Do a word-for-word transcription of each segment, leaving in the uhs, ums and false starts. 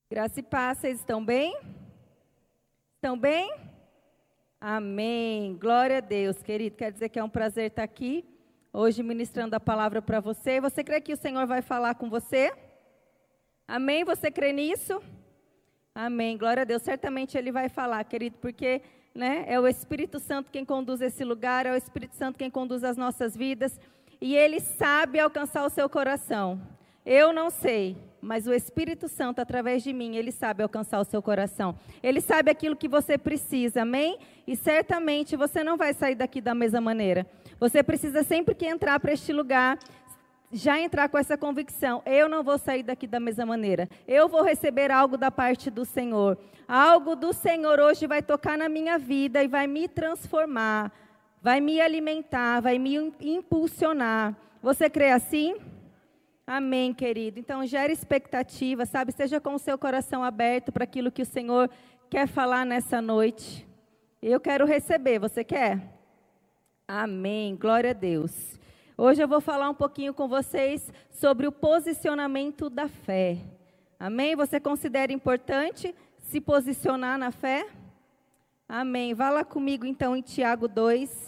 Graça e paz, vocês estão bem? Estão bem? Amém. Glória a Deus, querido. Quer dizer que é um prazer estar aqui, hoje ministrando a palavra para você. Você crê que o Senhor vai falar com você? Amém? Você crê nisso? Amém. Glória a Deus. Certamente Ele vai falar, querido, porque né, é o Espírito Santo quem conduz esse lugar, é o Espírito Santo quem conduz as nossas vidas, e Ele sabe alcançar o seu coração. Eu não sei, mas o Espírito Santo, através de mim, Ele sabe alcançar o seu coração. Ele sabe aquilo que você precisa, amém? E certamente você não vai sair daqui da mesma maneira. Você precisa sempre que entrar para este lugar, já entrar com essa convicção: eu não vou sair daqui da mesma maneira. Eu vou receber algo da parte do Senhor. Algo do Senhor hoje vai tocar na minha vida e vai me transformar, vai me alimentar, vai me impulsionar. Você crê assim? Amém, querido. Então, gere expectativa, sabe? Seja com o seu coração aberto para aquilo que o Senhor quer falar nessa noite. Eu quero receber, você quer? Amém, glória a Deus. Hoje eu vou falar um pouquinho com vocês sobre o posicionamento da fé. Amém? Você considera importante se posicionar na fé? Amém. Vá lá comigo então em Tiago dois.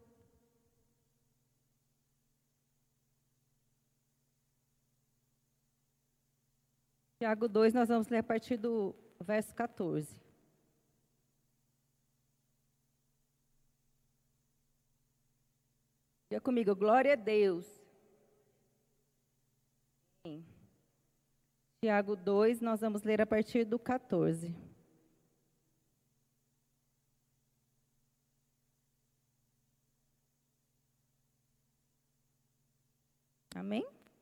Tiago dois, nós vamos ler a partir do verso quatorze. Diga comigo, glória a Deus. Sim. Tiago dois, nós vamos ler a partir do quatorze. Amém?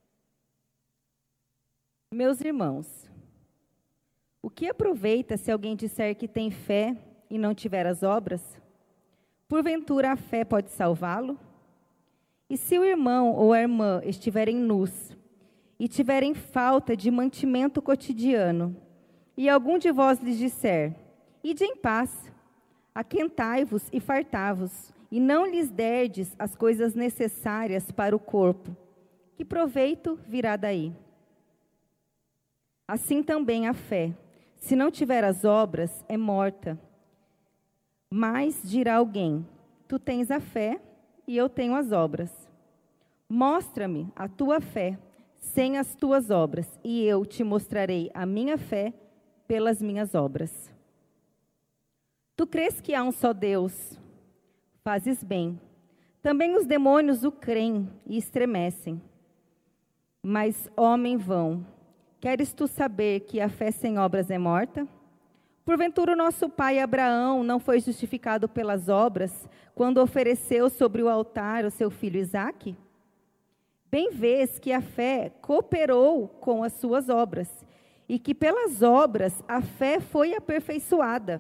Meus irmãos, o que aproveita se alguém disser que tem fé e não tiver as obras? Porventura a fé pode salvá-lo? E se o irmão ou a irmã estiverem nus e tiverem falta de mantimento cotidiano, e algum de vós lhes disser: ide em paz, aquentai-vos e fartai-vos, e não lhes derdes as coisas necessárias para o corpo, que proveito virá daí? Assim também a fé, se não tiver as obras, é morta. Mas dirá alguém: tu tens a fé e eu tenho as obras. Mostra-me a tua fé sem as tuas obras, e eu te mostrarei a minha fé pelas minhas obras. Tu crês que há um só Deus? Fazes bem. Também os demônios o creem e estremecem. Mas, homem vão, queres tu saber que a fé sem obras é morta? Porventura o nosso pai Abraão não foi justificado pelas obras, quando ofereceu sobre o altar o seu filho Isaque? Bem vês que a fé cooperou com as suas obras, e que pelas obras a fé foi aperfeiçoada.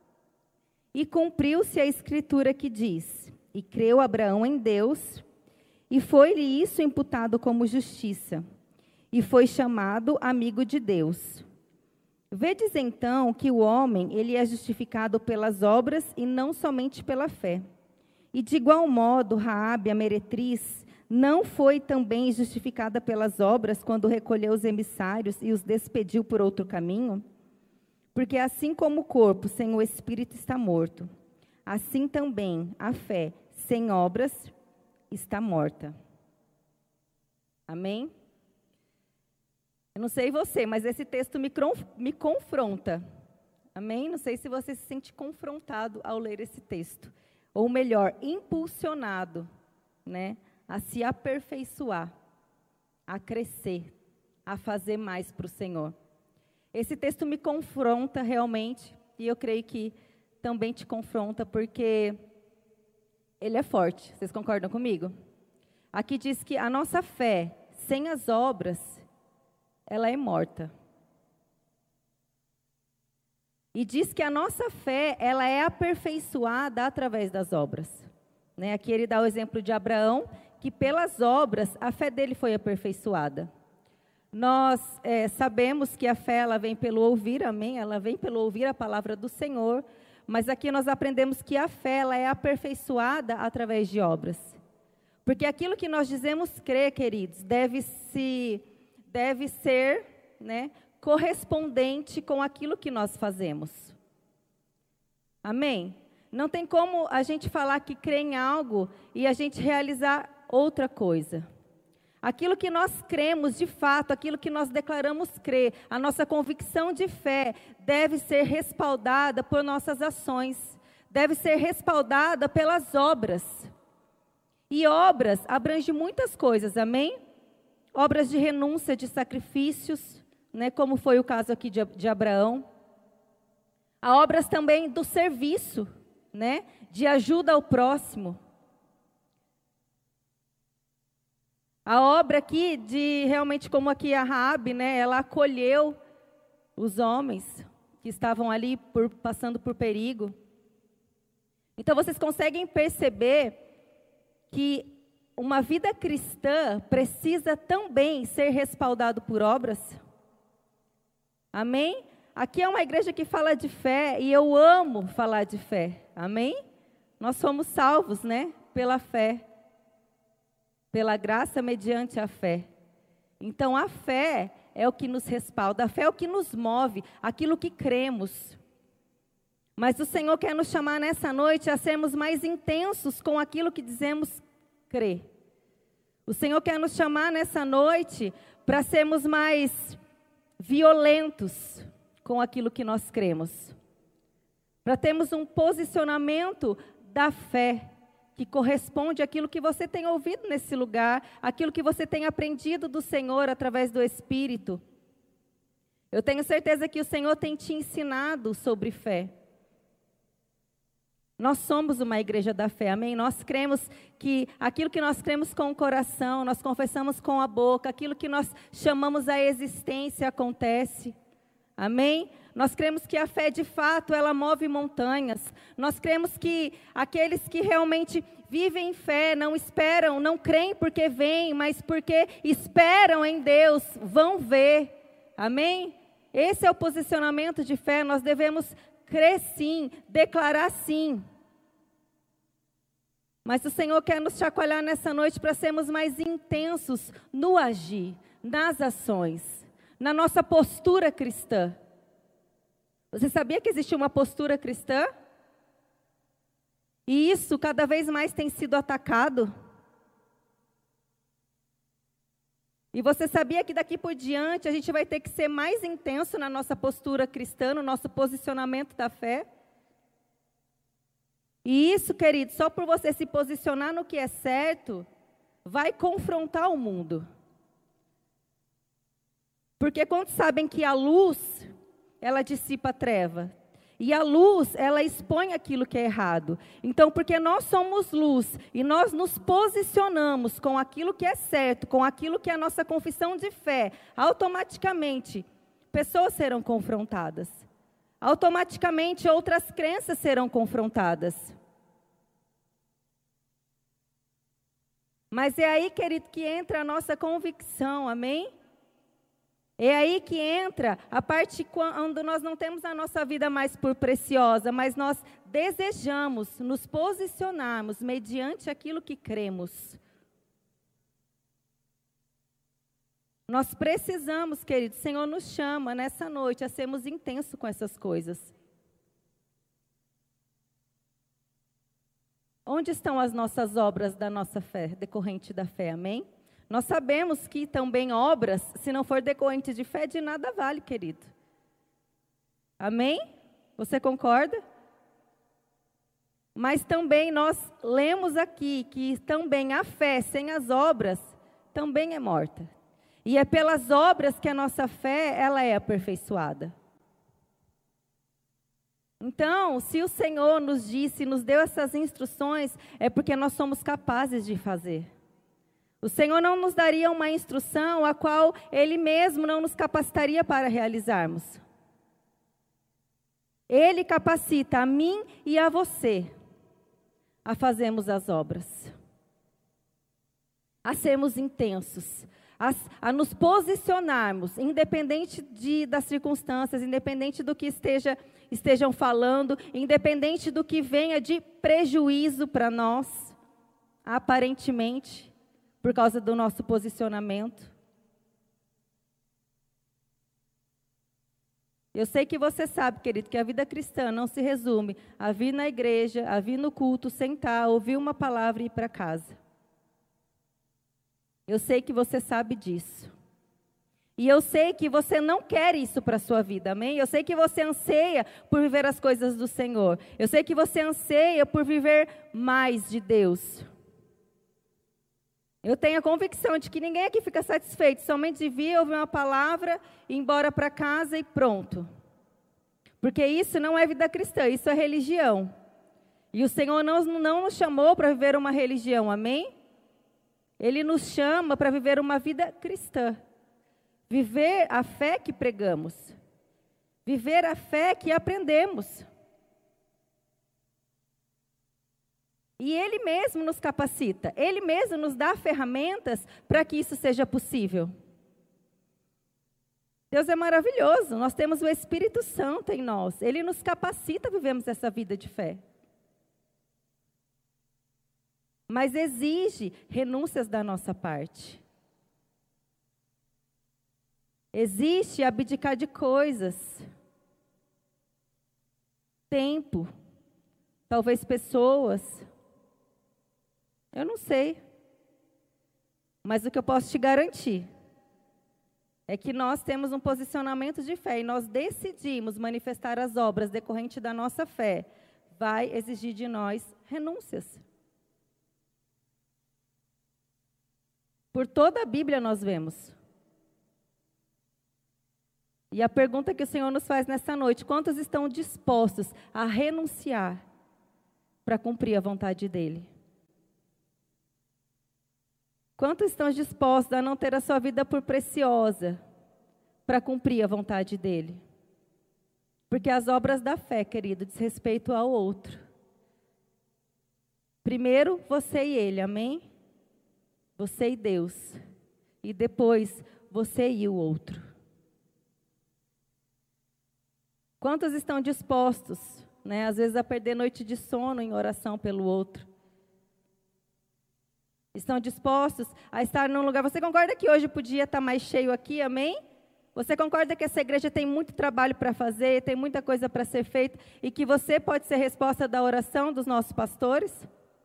E cumpriu-se a escritura que diz: e creu Abraão em Deus, e foi-lhe isso imputado como justiça, e foi chamado amigo de Deus. Vedes então que o homem, ele é justificado pelas obras e não somente pela fé. E de igual modo, Raabe, a meretriz, não foi também justificada pelas obras quando recolheu os emissários e os despediu por outro caminho? Porque assim como o corpo sem o espírito está morto, assim também a fé sem obras está morta. Amém? Eu não sei você, mas esse texto me, me confronta. Amém? Não sei se você se sente confrontado ao ler esse texto. Ou melhor, impulsionado, né, a se aperfeiçoar, a crescer, a fazer mais para o Senhor. Esse texto me confronta realmente, e eu creio que também te confronta, porque ele é forte. Vocês concordam comigo? Aqui diz que a nossa fé, sem as obras, ela é morta. E diz que a nossa fé, ela é aperfeiçoada através das obras. Né? Aqui ele dá o exemplo de Abraão, que pelas obras a fé dele foi aperfeiçoada. Nós é, sabemos que a fé, ela vem pelo ouvir, amém? Ela vem pelo ouvir a palavra do Senhor, mas aqui nós aprendemos que a fé, ela é aperfeiçoada através de obras. Porque aquilo que nós dizemos crer, queridos, deve, se, deve ser, né, correspondente com aquilo que nós fazemos. Amém? Não tem como a gente falar que crê em algo e a gente realizar outra coisa. Aquilo que nós cremos de fato, aquilo que nós declaramos crer, a nossa convicção de fé deve ser respaldada por nossas ações, deve ser respaldada pelas obras. E obras abrange muitas coisas, amém? Obras de renúncia, de sacrifícios, né, como foi o caso aqui de, de Abraão. Há obras também do serviço, né, de ajuda ao próximo. A obra aqui de, realmente, como aqui a Raabe, né, ela acolheu os homens que estavam ali por, passando por perigo. Então, vocês conseguem perceber que uma vida cristã precisa também ser respaldado por obras? Amém? Aqui é uma igreja que fala de fé e eu amo falar de fé. Amém? Nós somos salvos, né, pela fé. Pela graça mediante a fé. Então, a fé é o que nos respalda, a fé é o que nos move, aquilo que cremos. Mas o Senhor quer nos chamar nessa noite a sermos mais intensos com aquilo que dizemos crer. O Senhor quer nos chamar nessa noite para sermos mais violentos com aquilo que nós cremos. Para termos um posicionamento da fé, que corresponde àquilo que você tem ouvido nesse lugar, aquilo que você tem aprendido do Senhor através do Espírito. Eu tenho certeza que o Senhor tem te ensinado sobre fé. Nós somos uma igreja da fé, amém? Nós cremos que aquilo que nós cremos com o coração, nós confessamos com a boca, aquilo que nós chamamos a existência acontece, amém? Nós cremos que a fé, de fato, ela move montanhas. Nós cremos que aqueles que realmente vivem em fé, não esperam, não creem porque veem, mas porque esperam em Deus, vão ver. Amém? Esse é o posicionamento de fé. Nós devemos crer sim, declarar sim. Mas o Senhor quer nos chacoalhar nessa noite para sermos mais intensos no agir, nas ações, na nossa postura cristã. Você sabia que existe uma postura cristã? E isso cada vez mais tem sido atacado. E você sabia que daqui por diante a gente vai ter que ser mais intenso na nossa postura cristã, no nosso posicionamento da fé? E isso, querido, só por você se posicionar no que é certo, vai confrontar o mundo. Porque quantos sabem que a luz, ela dissipa a treva. E a luz, ela expõe aquilo que é errado. Então, porque nós somos luz e nós nos posicionamos com aquilo que é certo, com aquilo que é a nossa confissão de fé, automaticamente, pessoas serão confrontadas. Automaticamente, outras crenças serão confrontadas. Mas é aí, querido, que entra a nossa convicção, amém? É aí que entra a parte quando nós não temos a nossa vida mais por preciosa, mas nós desejamos nos posicionarmos mediante aquilo que cremos. Nós precisamos, querido, o Senhor nos chama nessa noite a sermos intensos com essas coisas. Onde estão as nossas obras da nossa fé, decorrente da fé, amém? Nós sabemos que também obras, se não for decorrente de fé, de nada vale, querido. Amém? Você concorda? Mas também nós lemos aqui que também a fé sem as obras também é morta. E é pelas obras que a nossa fé, ela é aperfeiçoada. Então, se o Senhor nos disse, nos deu essas instruções, é porque nós somos capazes de fazer. O Senhor não nos daria uma instrução a qual Ele mesmo não nos capacitaria para realizarmos. Ele capacita a mim e a você a fazermos as obras, a sermos intensos, a, a nos posicionarmos, independente de, das circunstâncias, independente do que esteja, estejam falando, independente do que venha de prejuízo para nós, aparentemente, por causa do nosso posicionamento. Eu sei que você sabe, querido, que a vida cristã não se resume a vir na igreja, a vir no culto, sentar, ouvir uma palavra e ir para casa. Eu sei que você sabe disso. E eu sei que você não quer isso para a sua vida, amém? Eu sei que você anseia por viver as coisas do Senhor. Eu sei que você anseia por viver mais de Deus. Eu tenho a convicção de que ninguém aqui fica satisfeito somente de vir, ouvir uma palavra, ir embora para casa e pronto. Porque isso não é vida cristã, isso é religião. E o Senhor não, não nos chamou para viver uma religião, amém? Ele nos chama para viver uma vida cristã. Viver a fé que pregamos. Viver a fé que aprendemos. E Ele mesmo nos capacita. Ele mesmo nos dá ferramentas para que isso seja possível. Deus é maravilhoso. Nós temos o Espírito Santo em nós. Ele nos capacita a vivermos essa vida de fé. Mas exige renúncias da nossa parte. Existe abdicar de coisas. Tempo. Talvez pessoas. Eu não sei. Mas o que eu posso te garantir é que nós temos um posicionamento de fé e nós decidimos manifestar as obras decorrentes da nossa fé. Vai exigir de nós renúncias. Por toda a Bíblia nós vemos. E a pergunta que o Senhor nos faz nessa noite: quantos estão dispostos a renunciar para cumprir a vontade dEle? Quantos estão dispostos a não ter a sua vida por preciosa para cumprir a vontade dEle? Porque as obras da fé, querido, diz respeito ao outro. Primeiro, você e Ele, amém? Você e Deus. E depois, você e o outro. Quantos estão dispostos, né, às vezes, a perder noite de sono em oração pelo outro? Estão dispostos a estar num lugar... Você concorda que hoje podia estar mais cheio aqui, amém? Você concorda que essa igreja tem muito trabalho para fazer, tem muita coisa para ser feita, e que você pode ser resposta da oração dos nossos pastores?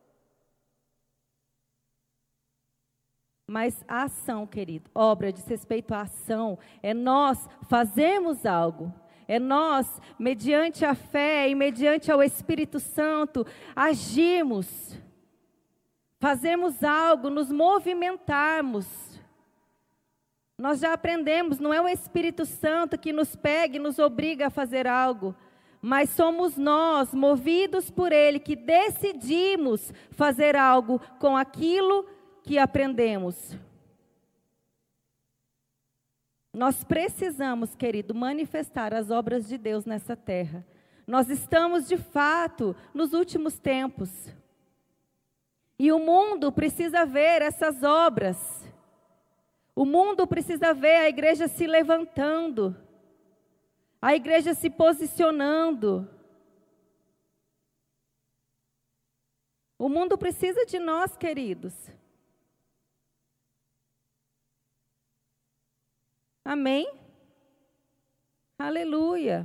Mas a ação, querido, obra diz respeito à ação, é nós fazermos algo. É nós, mediante a fé e mediante ao Espírito Santo, agirmos, fazermos algo, nos movimentarmos. Nós já aprendemos, não é o Espírito Santo que nos pega e nos obriga a fazer algo, mas somos nós, movidos por Ele, que decidimos fazer algo com aquilo que aprendemos. Nós precisamos, querido, manifestar as obras de Deus nessa terra. Nós estamos, de fato, nos últimos tempos. E o mundo precisa ver essas obras. O mundo precisa ver a igreja se levantando. A igreja se posicionando. O mundo precisa de nós, queridos. Amém? Aleluia.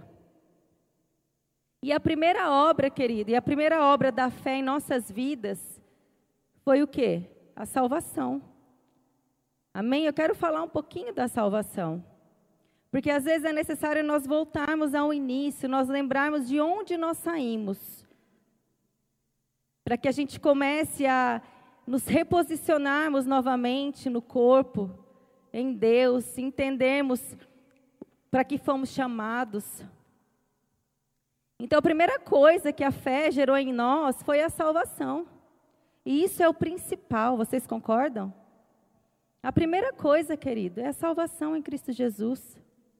E a primeira obra, querido, e a primeira obra da fé em nossas vidas foi o quê? A salvação. Amém? Eu quero falar um pouquinho da salvação. Porque às vezes é necessário nós voltarmos ao início, nós lembrarmos de onde nós saímos. Para que a gente comece a nos reposicionarmos novamente no corpo, em Deus, entendermos para que fomos chamados. Então, a primeira coisa que a fé gerou em nós foi a salvação. E isso é o principal, vocês concordam? A primeira coisa, querido, é a salvação em Cristo Jesus.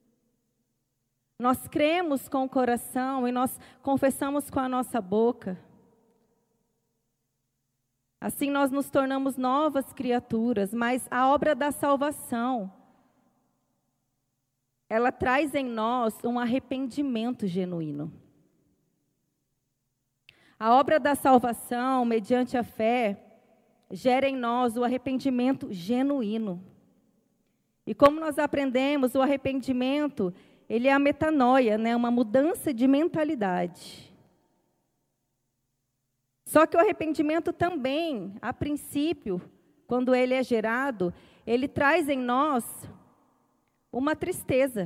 Nós cremos com o coração e nós confessamos com a nossa boca. Assim nós nos tornamos novas criaturas, mas a obra da salvação, ela traz em nós um arrependimento genuíno. A obra da salvação, mediante a fé, gera em nós o arrependimento genuíno. E como nós aprendemos, o arrependimento, ele é a metanoia, né? Uma mudança de mentalidade. Só que o arrependimento também, a princípio, quando ele é gerado, ele traz em nós uma tristeza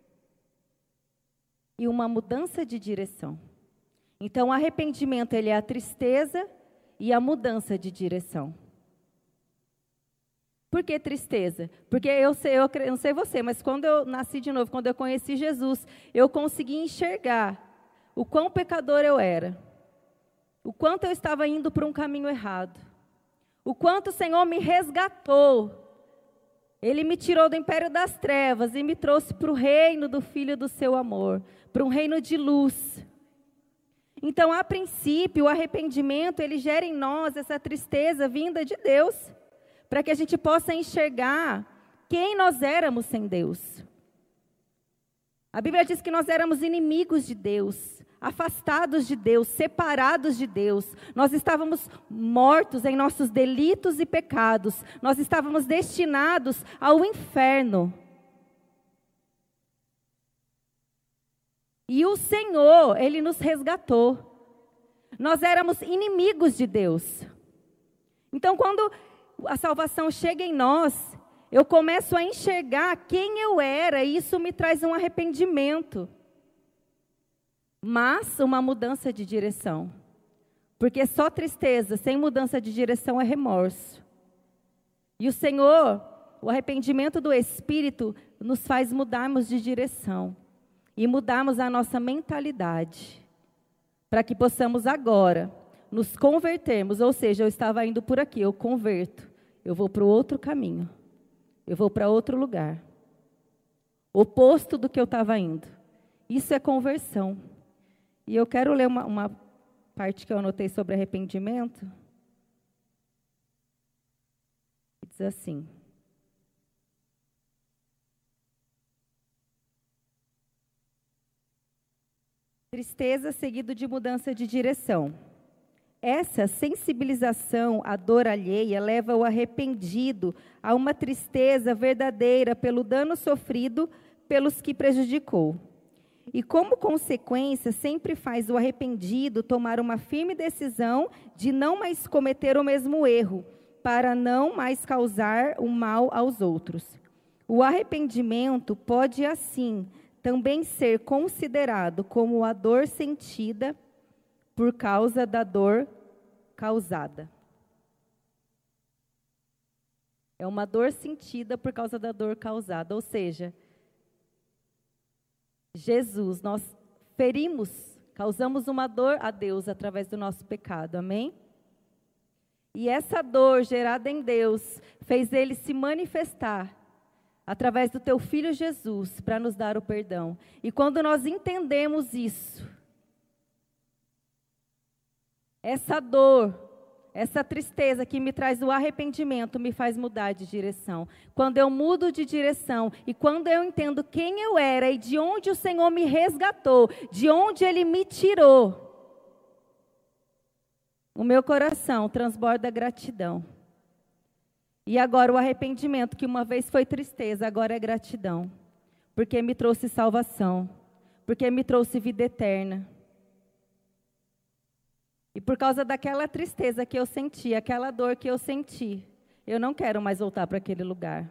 e uma mudança de direção. Então, o arrependimento, ele é a tristeza e a mudança de direção. Por que tristeza? Porque eu, sei, eu não sei você, mas quando eu nasci de novo, quando eu conheci Jesus, eu consegui enxergar o quão pecador eu era, o quanto eu estava indo por um caminho errado, o quanto o Senhor me resgatou. Ele me tirou do império das trevas e me trouxe para o reino do Filho do seu amor, para um reino de luz. Então, a princípio, o arrependimento, ele gera em nós essa tristeza vinda de Deus, para que a gente possa enxergar quem nós éramos sem Deus. A Bíblia diz que nós éramos inimigos de Deus, afastados de Deus, separados de Deus. Nós estávamos mortos em nossos delitos e pecados. Nós estávamos destinados ao inferno. E o Senhor, Ele nos resgatou. Nós éramos inimigos de Deus. Então, quando a salvação chega em nós, eu começo a enxergar quem eu era, e isso me traz um arrependimento. Mas uma mudança de direção. Porque só tristeza, sem mudança de direção, é remorso. E o Senhor, o arrependimento do Espírito, nos faz mudarmos de direção. E mudarmos a nossa mentalidade. Para que possamos agora nos convertermos. Ou seja, eu estava indo por aqui, eu converto. Eu vou para o outro caminho. Eu vou para outro lugar. Oposto do que eu estava indo. Isso é conversão. E eu quero ler uma, uma parte que eu anotei sobre arrependimento. Diz assim. Tristeza seguido de mudança de direção. Essa sensibilização à dor alheia leva o arrependido a uma tristeza verdadeira pelo dano sofrido pelos que prejudicou. E, como consequência, sempre faz o arrependido tomar uma firme decisão de não mais cometer o mesmo erro, para não mais causar o mal aos outros. O arrependimento pode, assim, também ser considerado como a dor sentida por causa da dor causada. É uma dor sentida por causa da dor causada. Ou seja, Jesus, nós ferimos, causamos uma dor a Deus através do nosso pecado, amém? E essa dor gerada em Deus fez Ele se manifestar através do Teu Filho Jesus para nos dar o perdão. E quando nós entendemos isso, essa dor, essa tristeza que me traz o arrependimento me faz mudar de direção. Quando eu mudo de direção e quando eu entendo quem eu era e de onde o Senhor me resgatou, de onde Ele me tirou, o meu coração transborda gratidão. E agora o arrependimento, que uma vez foi tristeza, agora é gratidão. Porque me trouxe salvação, porque me trouxe vida eterna. E por causa daquela tristeza que eu senti, aquela dor que eu senti, eu não quero mais voltar para aquele lugar.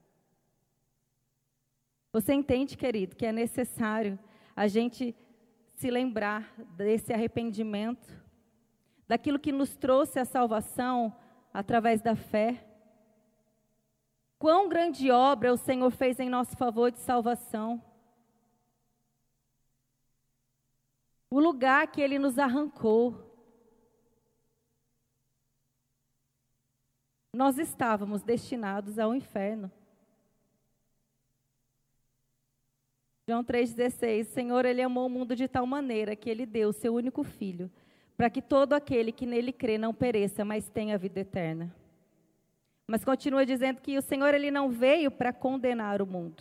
Você entende, querido, que é necessário a gente se lembrar desse arrependimento, daquilo que nos trouxe a salvação através da fé? Quão grande obra o Senhor fez em nosso favor de salvação. O lugar que Ele nos arrancou. Nós estávamos destinados ao inferno. João três dezesseis, o Senhor, Ele amou o mundo de tal maneira que Ele deu o seu único Filho, para que todo aquele que nele crê não pereça, mas tenha vida eterna. Mas continua dizendo que o Senhor, Ele não veio para condenar o mundo,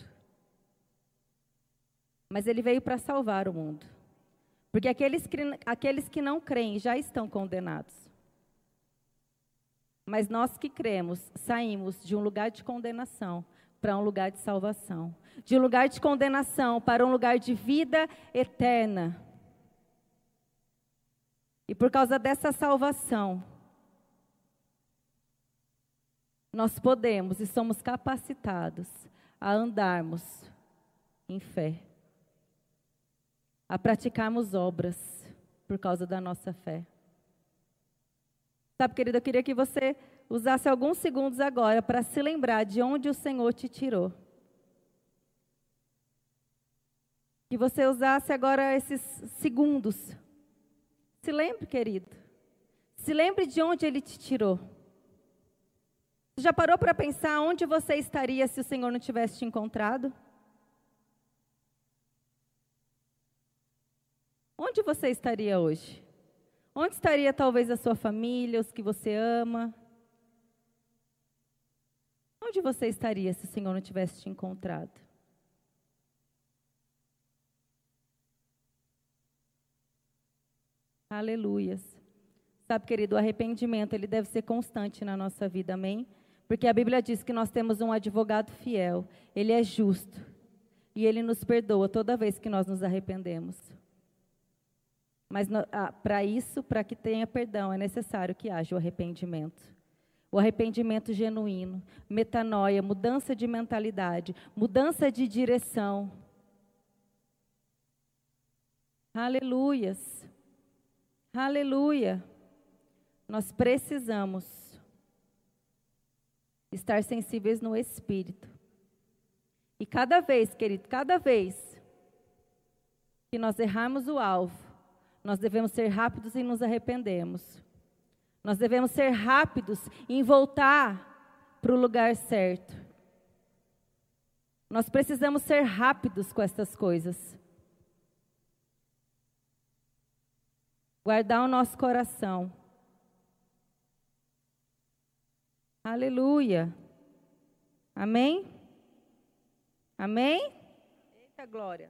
mas Ele veio para salvar o mundo. Porque aqueles que, aqueles que não creem já estão condenados. Mas nós que cremos, saímos de um lugar de condenação para um lugar de salvação, de um lugar de condenação para um lugar de vida eterna. E por causa dessa salvação, nós podemos e somos capacitados a andarmos em fé, a praticarmos obras por causa da nossa fé. Sabe, querido, eu queria que você usasse alguns segundos agora para se lembrar de onde o Senhor te tirou. Que você usasse agora esses segundos. Se lembre, querido. Se lembre de onde Ele te tirou. Você já parou para pensar onde você estaria se o Senhor não tivesse te encontrado? Onde você estaria hoje? Onde estaria talvez a sua família, os que você ama? Onde você estaria se o Senhor não tivesse te encontrado? Aleluias. Sabe, querido, o arrependimento, ele deve ser constante na nossa vida, amém? Porque a Bíblia diz que nós temos um advogado fiel, ele é justo, e ele nos perdoa toda vez que nós nos arrependemos. Mas ah, para isso, para que tenha perdão, é necessário que haja o arrependimento. O arrependimento genuíno, metanoia, mudança de mentalidade, mudança de direção. Aleluias. Aleluia. Nós precisamos estar sensíveis no Espírito. E cada vez, querido, cada vez que nós errarmos o alvo, nós devemos ser rápidos em nos arrependermos. Nós devemos ser rápidos em voltar para o lugar certo. Nós precisamos ser rápidos com essas coisas. Guardar o nosso coração. Aleluia. Amém? Amém? Eita glória.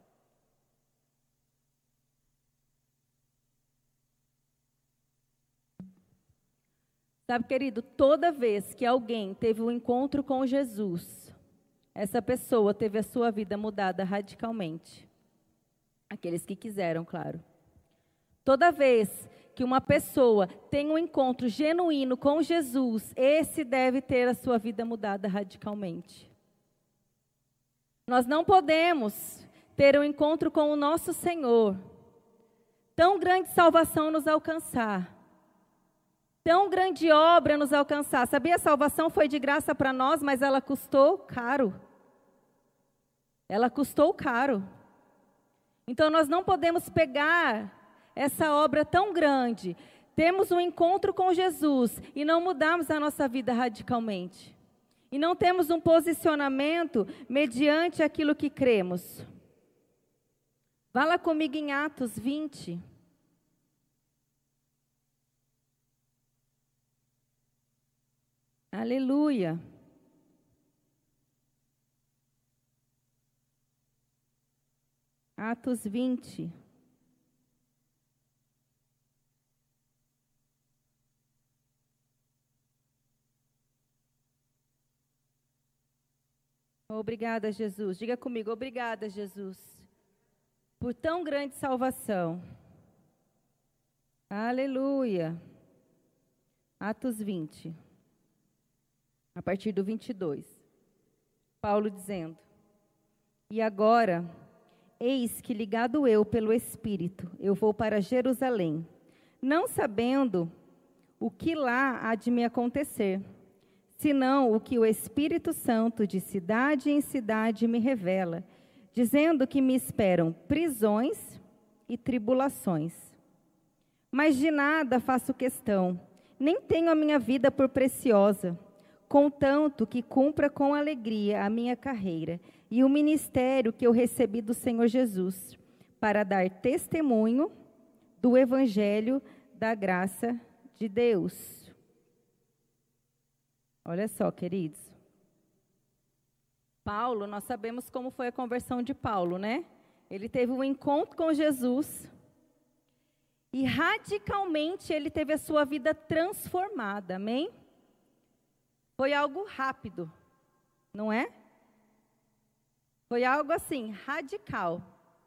Sabe, querido, toda vez que alguém teve um encontro com Jesus, essa pessoa teve a sua vida mudada radicalmente. Aqueles que quiseram, claro. Toda vez que uma pessoa tem um encontro genuíno com Jesus, esse deve ter a sua vida mudada radicalmente. Nós não podemos ter um encontro com o nosso Senhor, tão grande salvação nos alcançar, tão grande obra nos alcançar. Sabia, a salvação foi de graça para nós, mas ela custou caro. Ela custou caro. Então nós não podemos pegar essa obra tão grande, temos um encontro com Jesus e não mudarmos a nossa vida radicalmente. E não temos um posicionamento mediante aquilo que cremos. Vá lá comigo em Atos vinte. Aleluia. Atos vinte. Obrigada, Jesus. Diga comigo, obrigada, Jesus, por tão grande salvação. Aleluia. Atos vinte, a partir do vinte e dois. Paulo dizendo: E agora, eis que ligado eu pelo Espírito, eu vou para Jerusalém, não sabendo o que lá há de me acontecer, senão o que o Espírito Santo de cidade em cidade me revela, dizendo que me esperam prisões e tribulações. Mas de nada faço questão, nem tenho a minha vida por preciosa, contanto que cumpra com alegria a minha carreira e o ministério que eu recebi do Senhor Jesus, para dar testemunho do Evangelho da graça de Deus. Olha só, queridos. Paulo, nós sabemos como foi a conversão de Paulo, né? Ele teve um encontro com Jesus e radicalmente ele teve a sua vida transformada, amém? Foi algo rápido, não é? Foi algo assim, radical.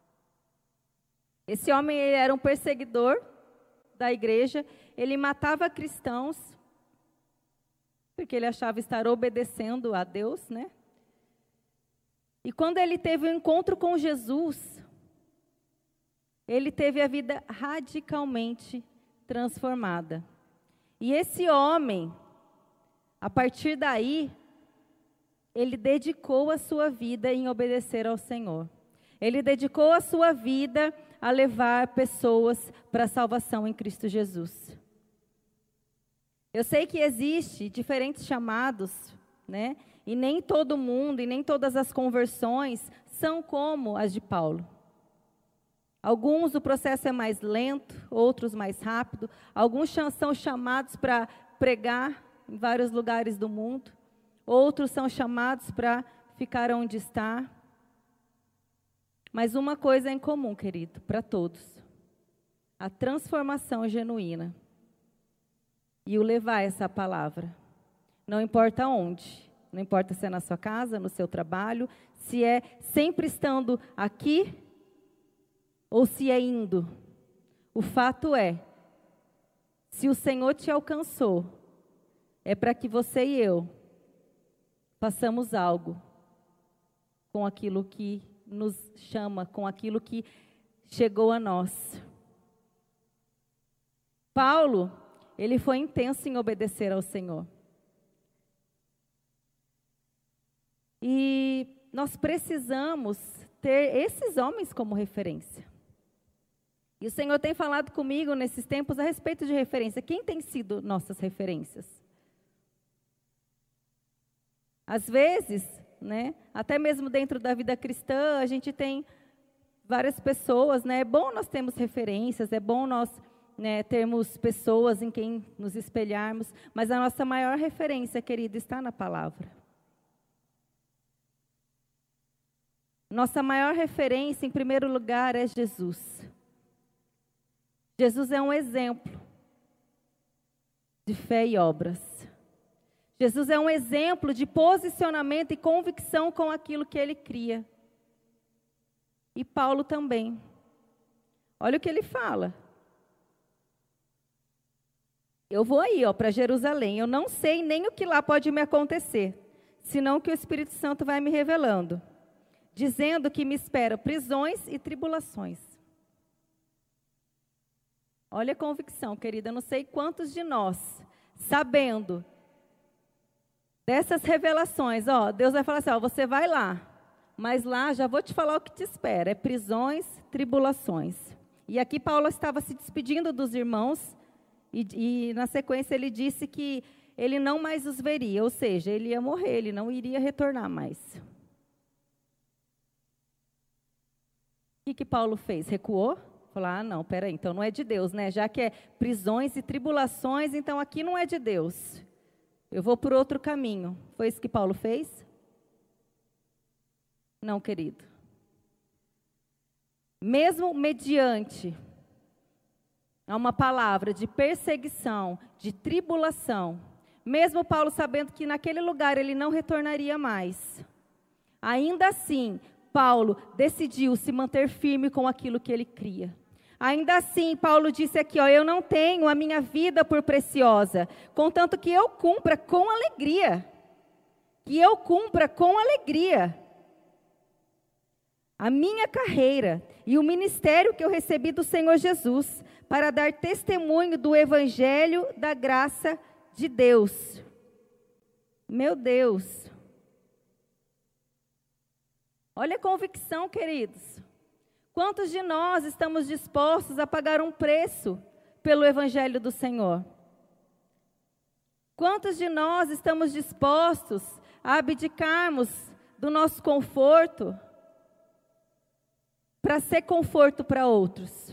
Esse homem ele era um perseguidor da igreja, ele matava cristãos, porque ele achava estar obedecendo a Deus, né? E quando ele teve um encontro com Jesus, ele teve a vida radicalmente transformada. E esse homem, a partir daí, ele dedicou a sua vida em obedecer ao Senhor. Ele dedicou a sua vida a levar pessoas para a salvação em Cristo Jesus. Eu sei que existe diferentes chamados, né? E nem todo mundo, e nem todas as conversões são como as de Paulo. Alguns o processo é mais lento, outros mais rápido. Alguns são chamados para pregar em vários lugares do mundo. Outros são chamados para ficar onde está. Mas uma coisa é em comum, querido, para todos. A transformação genuína. E o levar essa palavra. Não importa onde. Não importa se é na sua casa, no seu trabalho, se é sempre estando aqui ou se é indo. O fato é, se o Senhor te alcançou, é para que você e eu façamos algo com aquilo que nos chama, com aquilo que chegou a nós. Paulo, ele foi intenso em obedecer ao Senhor. E nós precisamos ter esses homens como referência. E o Senhor tem falado comigo nesses tempos a respeito de referência. Quem tem sido nossas referências? Às vezes, né, até mesmo dentro da vida cristã, a gente tem várias pessoas, né? É bom nós termos referências, é bom nós, né, termos pessoas em quem nos espelharmos, mas a nossa maior referência, querido, está na palavra. Nossa maior referência, em primeiro lugar, é Jesus. Jesus é um exemplo de fé e obras. Jesus é um exemplo de posicionamento e convicção com aquilo que ele cria. E Paulo também. Olha o que ele fala. Eu vou aí, ó, para Jerusalém. Eu não sei nem o que lá pode me acontecer, senão que o Espírito Santo vai me revelando, dizendo que me espera prisões e tribulações. Olha a convicção, querida. Eu não sei quantos de nós, sabendo dessas revelações, ó, Deus vai falar assim, ó, você vai lá, mas lá já vou te falar o que te espera, é prisões, tribulações. E aqui Paulo estava se despedindo dos irmãos, e, e na sequência ele disse que ele não mais os veria, ou seja, ele ia morrer, ele não iria retornar mais. O que que Paulo fez? Recuou? Falou, ah, não, peraí, então não é de Deus, né? Já que é prisões e tribulações, então aqui não é de Deus. Eu vou por outro caminho. Foi isso que Paulo fez? Não, querido. Mesmo mediante a uma palavra de perseguição, de tribulação, mesmo Paulo sabendo que naquele lugar ele não retornaria mais, ainda assim, Paulo decidiu se manter firme com aquilo que ele cria. Ainda assim, Paulo disse aqui, ó, eu não tenho a minha vida por preciosa, contanto que eu cumpra com alegria. Que eu cumpra com alegria a minha carreira e o ministério que eu recebi do Senhor Jesus, para dar testemunho do evangelho da graça de Deus. Meu Deus. Olha a convicção, queridos. Quantos de nós estamos dispostos a pagar um preço pelo evangelho do Senhor? Quantos de nós estamos dispostos a abdicarmos do nosso conforto para ser conforto para outros?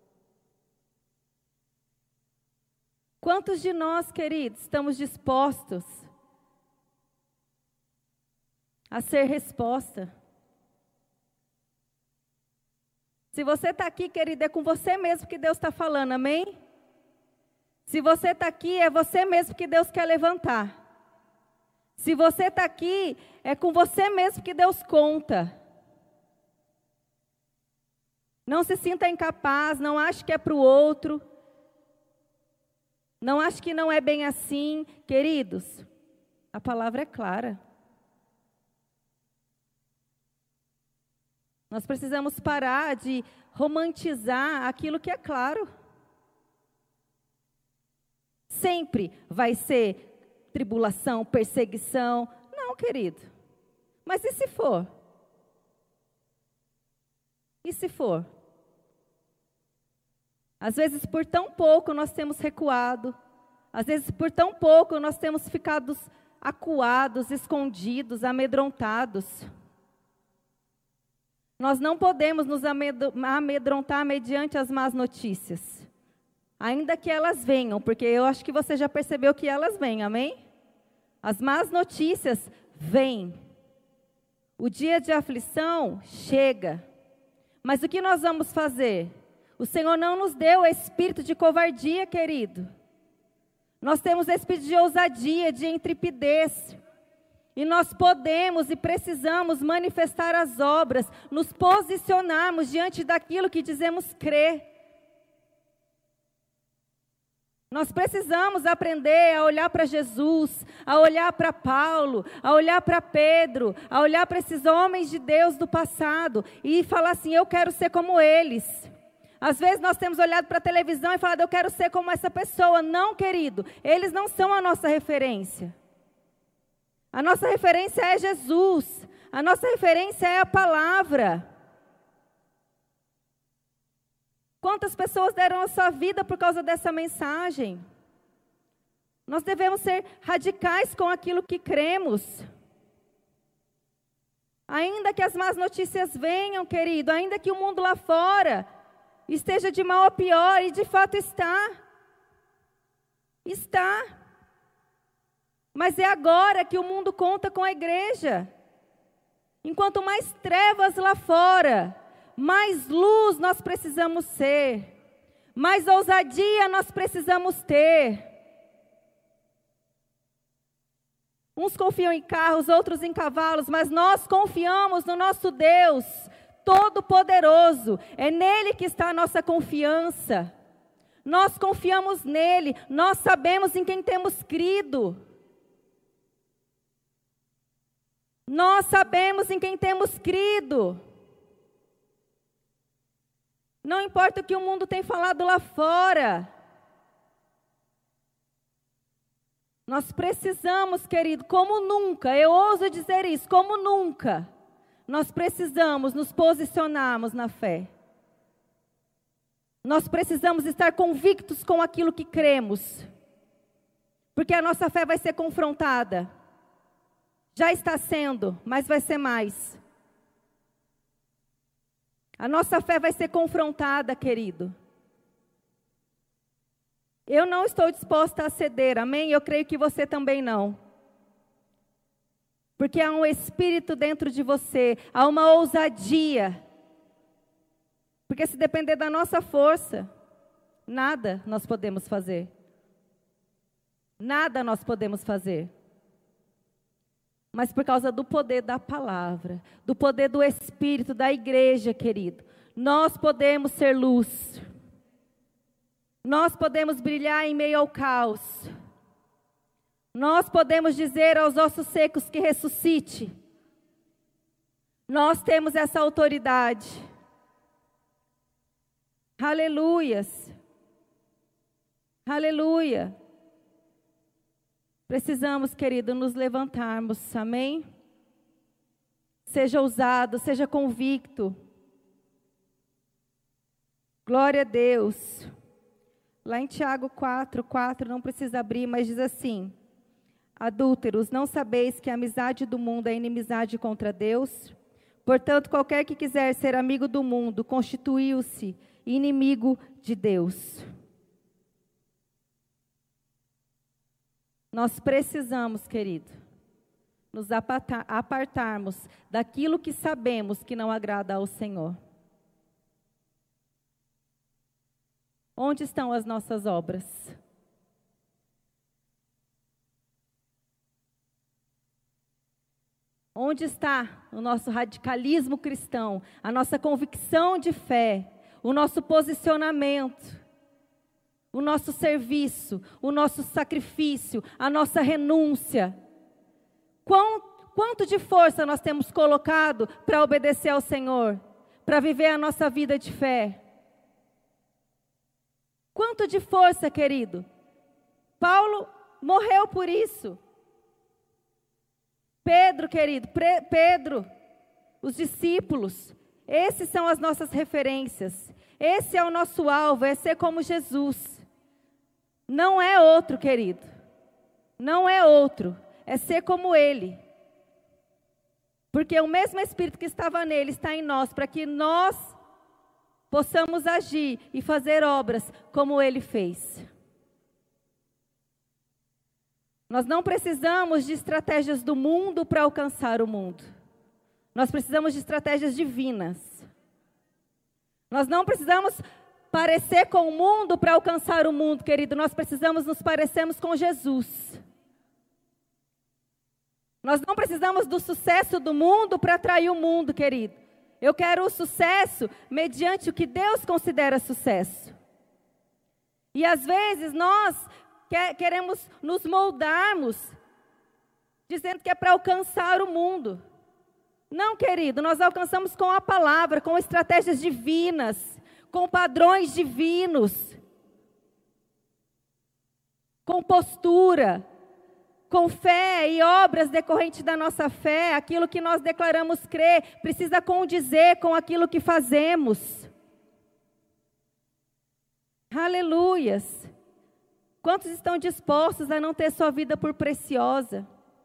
Quantos de nós, queridos, estamos dispostos a ser resposta? Se você está aqui, querida, é com você mesmo que Deus está falando, amém? Se você está aqui, é você mesmo que Deus quer levantar. Se você está aqui, é com você mesmo que Deus conta. Não se sinta incapaz, não ache que é para o outro. Não ache que não é bem assim. Queridos, a palavra é clara. Nós precisamos parar de romantizar aquilo que é claro. Sempre vai ser tribulação, perseguição. Não, querido. Mas e se for? E se for? Às vezes, por tão pouco, nós temos recuado. Às vezes, por tão pouco, nós temos ficado acuados, escondidos, amedrontados. Nós não podemos nos amedrontar mediante as más notícias. Ainda que elas venham, porque eu acho que você já percebeu que elas vêm, amém? As más notícias vêm. O dia de aflição chega. Mas o que nós vamos fazer? O Senhor não nos deu espírito de covardia, querido. Nós temos espírito de ousadia, de intrepidez. E nós podemos e precisamos manifestar as obras, nos posicionarmos diante daquilo que dizemos crer. Nós precisamos aprender a olhar para Jesus, a olhar para Paulo, a olhar para Pedro, a olhar para esses homens de Deus do passado e falar assim, eu quero ser como eles. Às vezes nós temos olhado para a televisão e falado, eu quero ser como essa pessoa. Não, querido, eles não são a nossa referência. A nossa referência é Jesus, a nossa referência é a palavra. Quantas pessoas deram a sua vida por causa dessa mensagem? Nós devemos ser radicais com aquilo que cremos. Ainda que as más notícias venham, querido, ainda que o mundo lá fora esteja de mal a pior, e de fato está. Está. Mas é agora que o mundo conta com a igreja. Enquanto mais trevas lá fora, mais luz nós precisamos ser, mais ousadia nós precisamos ter. Uns confiam em carros, outros em cavalos, mas nós confiamos no nosso Deus Todo-Poderoso. É nele que está a nossa confiança. Nós confiamos nele, nós sabemos em quem temos crido. Nós sabemos em quem temos crido. Não importa o que o mundo tem falado lá fora. Nós precisamos, querido, como nunca, eu ouso dizer isso, como nunca, nós precisamos nos posicionarmos na fé. Nós precisamos estar convictos com aquilo que cremos. Porque a nossa fé vai ser confrontada. Já está sendo, mas vai ser mais. A nossa fé vai ser confrontada, querido. Eu não estou disposta a ceder, amém? Eu creio que você também não. Porque há um espírito dentro de você, há uma ousadia. Porque se depender da nossa força, nada nós podemos fazer. Nada nós podemos fazer. Mas por causa do poder da palavra, do poder do Espírito, da igreja, querido, nós podemos ser luz. Nós podemos brilhar em meio ao caos. Nós podemos dizer aos ossos secos que ressuscite. Nós temos essa autoridade. Aleluias. Aleluia. Precisamos, querido, nos levantarmos, amém? Seja ousado, seja convicto. Glória a Deus. Lá em Tiago quatro, quatro, não precisa abrir, mas diz assim: adúlteros, não sabeis que a amizade do mundo é inimizade contra Deus? Portanto, qualquer que quiser ser amigo do mundo, constituiu-se inimigo de Deus. Nós precisamos, querido, nos apartar, apartarmos daquilo que sabemos que não agrada ao Senhor. Onde estão as nossas obras? Onde Onde está o nosso radicalismo cristão, a nossa convicção de fé, o nosso posicionamento, o nosso serviço, o nosso sacrifício, a nossa renúncia? Quão, quanto de força nós temos colocado para obedecer ao Senhor, para viver a nossa vida de fé? Quanto de força, querido? Paulo morreu por isso. Pedro, querido, Pre- Pedro, os discípulos, esses são as nossas referências. Esse é o nosso alvo, é ser como Jesus. Não é outro, querido. Não é outro, é ser como Ele. Porque o mesmo Espírito que estava nele está em nós, para que nós possamos agir e fazer obras como Ele fez. Nós não precisamos de estratégias do mundo para alcançar o mundo. Nós precisamos de estratégias divinas. Nós não precisamos parecer com o mundo para alcançar o mundo, querido. Nós precisamos nos parecermos com Jesus. Nós não precisamos do sucesso do mundo para atrair o mundo, querido. Eu quero o sucesso mediante o que Deus considera sucesso. E às vezes nós queremos nos moldarmos, dizendo que é para alcançar o mundo. Não, querido, nós alcançamos com a palavra, com estratégias divinas, com padrões divinos, com postura, com fé e obras decorrentes da nossa fé. Aquilo que nós declaramos crer precisa condizer com aquilo que fazemos. Aleluias! Quantos estão dispostos a não ter sua vida por preciosa?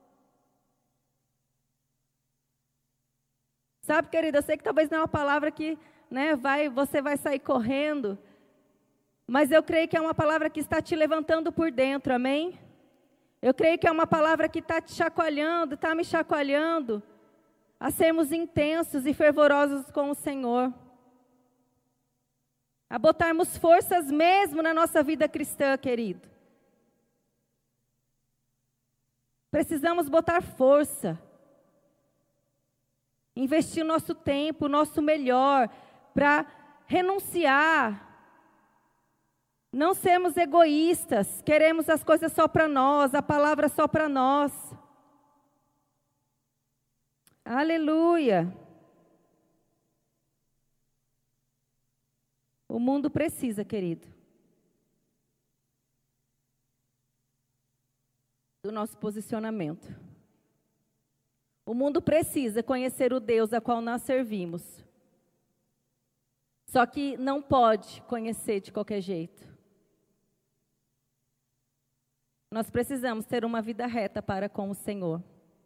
Sabe, querida, eu sei que talvez não é uma palavra que, né, vai, você vai sair correndo, mas eu creio que é uma palavra que está te levantando por dentro, amém? Eu creio que é uma palavra que está te chacoalhando, está me chacoalhando, a sermos intensos e fervorosos com o Senhor. A botarmos forças mesmo na nossa vida cristã, querido. Precisamos botar força. Investir o nosso tempo, o nosso melhor, para renunciar. Não sermos egoístas, queremos as coisas só para nós, a palavra só para nós. Aleluia. O mundo precisa, querido, do nosso posicionamento. O mundo precisa conhecer o Deus a qual nós servimos. Só que não pode conhecer de qualquer jeito. Nós precisamos ter uma vida reta para com o Senhor.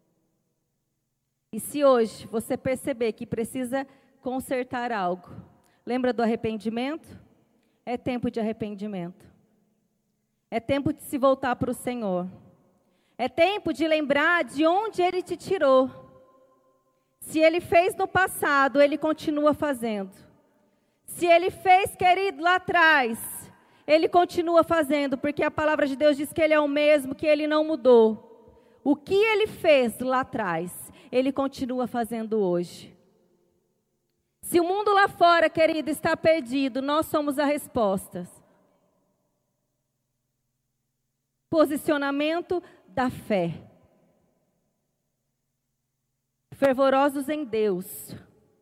E se hoje você perceber que precisa consertar algo, lembra do arrependimento? É tempo de arrependimento. É tempo de se voltar para o Senhor. É tempo de lembrar de onde Ele te tirou. Se Ele fez no passado, Ele continua fazendo. Se Ele fez, querido, lá atrás, Ele continua fazendo, porque a palavra de Deus diz que Ele é o mesmo, que Ele não mudou. O que Ele fez lá atrás, Ele continua fazendo hoje. Se o mundo lá fora, querido, está perdido, nós somos a resposta. Posicionamento da fé. Fervorosos em Deus.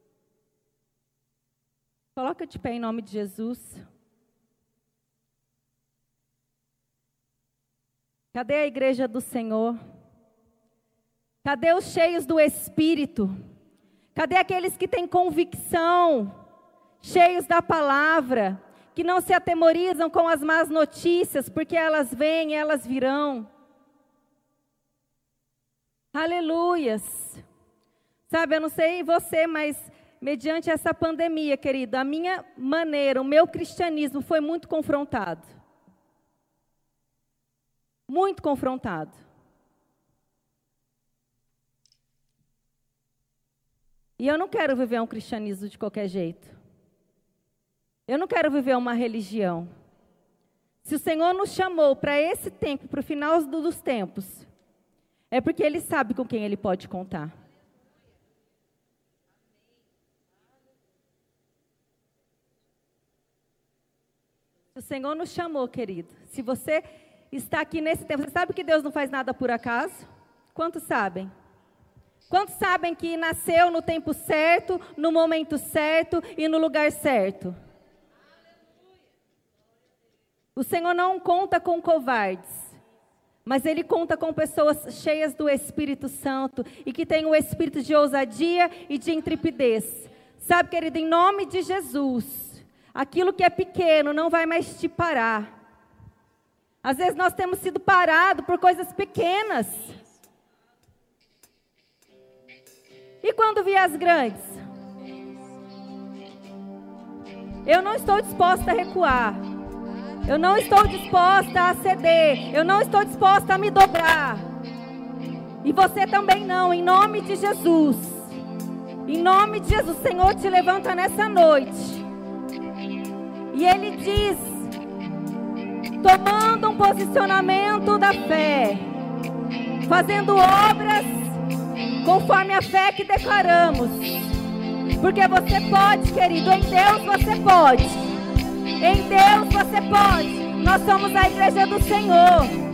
Coloca de pé em nome de Jesus. Cadê a igreja do Senhor? Cadê os cheios do Espírito? Cadê aqueles que têm convicção, cheios da palavra, que não se atemorizam com as más notícias, porque elas vêm e elas virão? Aleluias! Sabe, eu não sei você, mas mediante essa pandemia, querido, a minha maneira, o meu cristianismo foi muito confrontado. Muito confrontado. E eu não quero viver um cristianismo de qualquer jeito. Eu não quero viver uma religião. Se o Senhor nos chamou para esse tempo, para o final dos tempos, é porque Ele sabe com quem Ele pode contar. O Senhor nos chamou, querido. Se você está aqui nesse tempo, você sabe que Deus não faz nada por acaso? Quantos sabem? Quantos sabem que nasceu no tempo certo, no momento certo e no lugar certo? O Senhor não conta com covardes, mas Ele conta com pessoas cheias do Espírito Santo e que têm o espírito de ousadia e de intrepidez. Sabe, querido, em nome de Jesus, aquilo que é pequeno não vai mais te parar. Às vezes nós temos sido parados por coisas pequenas. E quando vier as grandes? Eu não estou disposta a recuar. Eu não estou disposta a ceder. Eu não estou disposta a me dobrar. E você também não, em nome de Jesus. Em nome de Jesus, o Senhor te levanta nessa noite. E Ele diz, tomando um posicionamento da fé, fazendo obras conforme a fé que declaramos. Porque você pode, querido, em Deus você pode. Em Deus você pode. Nós somos a igreja do Senhor.